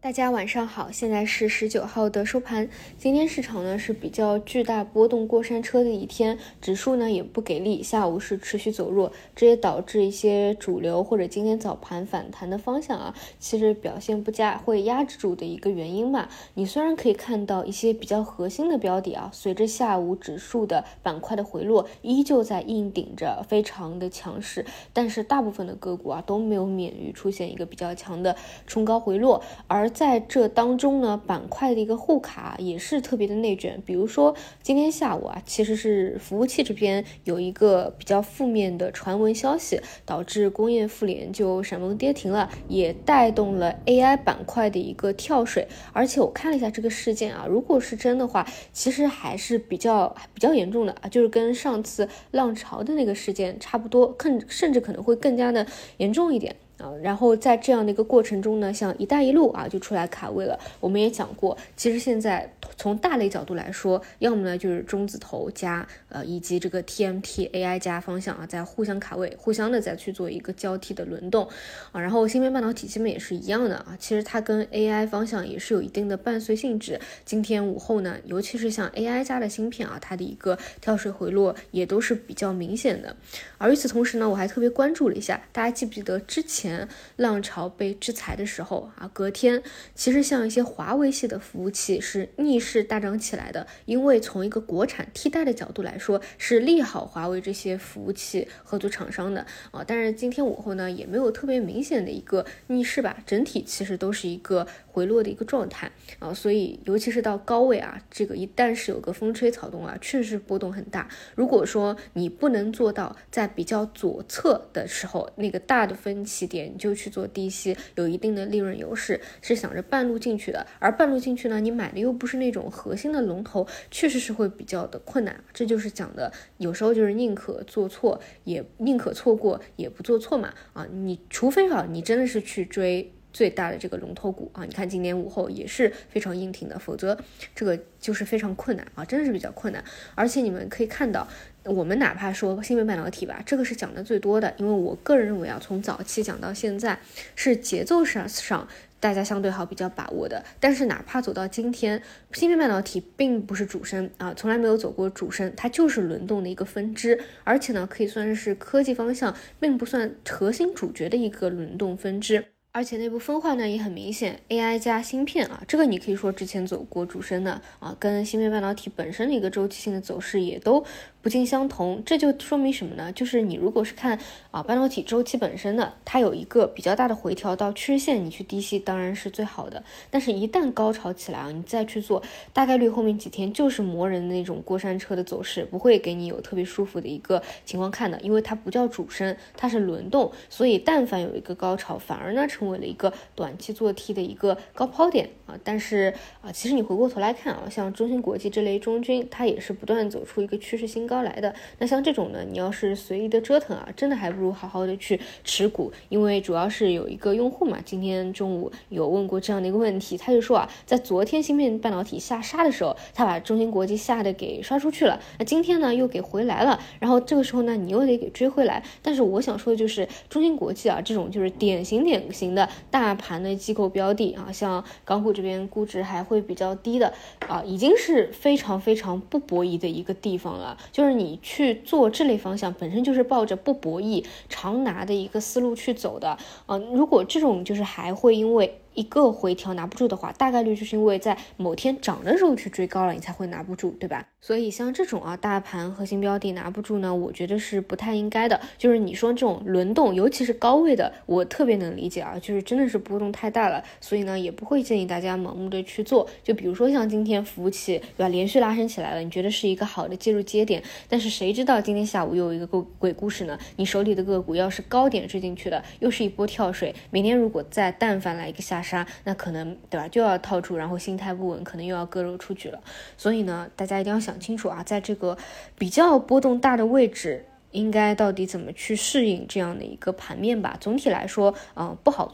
大家晚上好，现在是19号的收盘。今天市场呢是比较巨大波动过山车的一天，指数呢也不给力，下午是持续走弱，这也导致一些主流或者今天早盘反弹的方向其实表现不佳，会压制住的一个原因嘛。你虽然可以看到一些比较核心的标的随着下午指数的板块的回落，依旧在硬顶着，非常的强势，但是大部分的个股都没有免于出现一个比较强的冲高回落，而在这当中呢，板块的一个护卡也是特别的内卷。比如说今天下午其实是服务器这边有一个比较负面的传闻消息，导致工业富联就闪崩跌停了，也带动了 AI 板块的一个跳水。而且我看了一下这个事件如果是真的话，其实还是比较严重的就是跟上次浪潮的那个事件差不多，甚至可能会更加的严重一点。然后在这样的一个过程中呢，像一带一路就出来卡位了。我们也讲过，其实现在从大类角度来说，要么呢就是中字头加以及这个 TMT AI 加方向在互相卡位，互相的再去做一个交替的轮动然后芯片半导体基本也是一样的其实它跟 AI 方向也是有一定的伴随性质。今天午后呢，尤其是像 AI 加的芯片它的一个跳水回落也都是比较明显的。而与此同时呢，我还特别关注了一下，大家记不记得之前浪潮被制裁的时候隔天其实像一些华为系的服务器是逆势大涨起来的，因为从一个国产替代的角度来说，是利好华为这些服务器合作厂商的但是今天午后呢，也没有特别明显的一个逆势吧，整体其实都是一个回落的一个状态所以尤其是到高位这个一旦是有个风吹草动确实波动很大。如果说你不能做到在比较左侧的时候那个大的分歧点你就去做低吸，有一定的利润优势，是想着半路进去的。而半路进去呢，你买的又不是那种核心的龙头，确实是会比较的困难。这就是讲的，有时候就是宁可做错，也宁可错过，也不做错嘛你除非你真的是去追最大的这个龙头股你看今年午后也是非常硬挺的，否则这个就是非常困难真的是比较困难。而且你们可以看到，我们哪怕说芯片半导体吧，这个是讲的最多的，因为我个人认为从早期讲到现在是节奏上大家相对比较把握的。但是哪怕走到今天，芯片半导体并不是主升从来没有走过主升，它就是轮动的一个分支，而且呢可以算是科技方向并不算核心主角的一个轮动分支。而且内部分化呢也很明显 ，AI 加芯片这个你可以说之前走过主升的跟芯片半导体本身的一个周期性的走势也都不尽相同。这就说明什么呢？就是你如果是看半导体周期本身的，它有一个比较大的回调到趋势线，你去低吸当然是最好的。但是一旦高潮起来你再去做，大概率后面几天就是磨人的那种过山车的走势，不会给你有特别舒服的一个情况看的，因为它不叫主升，它是轮动，所以但凡有一个高潮，反而呢成为了一个短期做 T 的一个高抛点但是其实你回过头来看像中芯国际这类中军，它也是不断走出一个趋势新高来的。那像这种呢，你要是随意的折腾真的还不如好好的去持股。因为主要是有一个用户嘛，今天中午有问过这样的一个问题，他就说在昨天芯片半导体下杀的时候，他把中芯国际下的给刷出去了，那今天呢又给回来了，然后这个时候呢你又得给追回来。但是我想说的就是中芯国际这种就是典型的大盘的机构标的像港股这边估值还会比较低的已经是非常非常不博弈的一个地方了。就是你去做这类方向本身就是抱着不博弈长拿的一个思路去走的如果这种就是还会因为一个回调拿不住的话，大概率就是因为在某天涨的时候去追高了，你才会拿不住，对吧？所以像这种大盘核心标的拿不住呢，我觉得是不太应该的。就是你说这种轮动，尤其是高位的，我特别能理解就是真的是波动太大了，所以呢也不会建议大家盲目的去做。就比如说像今天服务器对吧，连续拉升起来了，你觉得是一个好的介入节点，但是谁知道今天下午又有一个鬼故事呢？你手里的个股要是高点追进去的，又是一波跳水，明天如果再但凡来一个下杀，那可能对吧就要套住，然后心态不稳，可能又要割肉出局了。所以呢大家一定要想清楚在这个比较波动大的位置应该到底怎么去适应这样的一个盘面吧。总体来说不好做，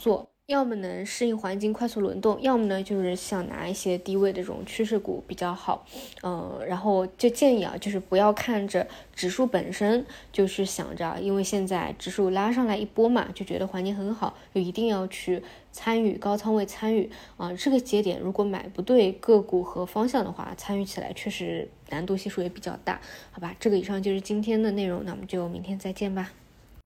要么能适应环境快速轮动，要么呢就是想拿一些低位的这种趋势股比较好。然后就建议就是不要看着指数本身就是想着因为现在指数拉上来一波嘛，就觉得环境很好，就一定要去参与高仓位参与这个节点如果买不对个股和方向的话，参与起来确实难度系数也比较大，好吧？这个以上就是今天的内容，那我们就明天再见吧。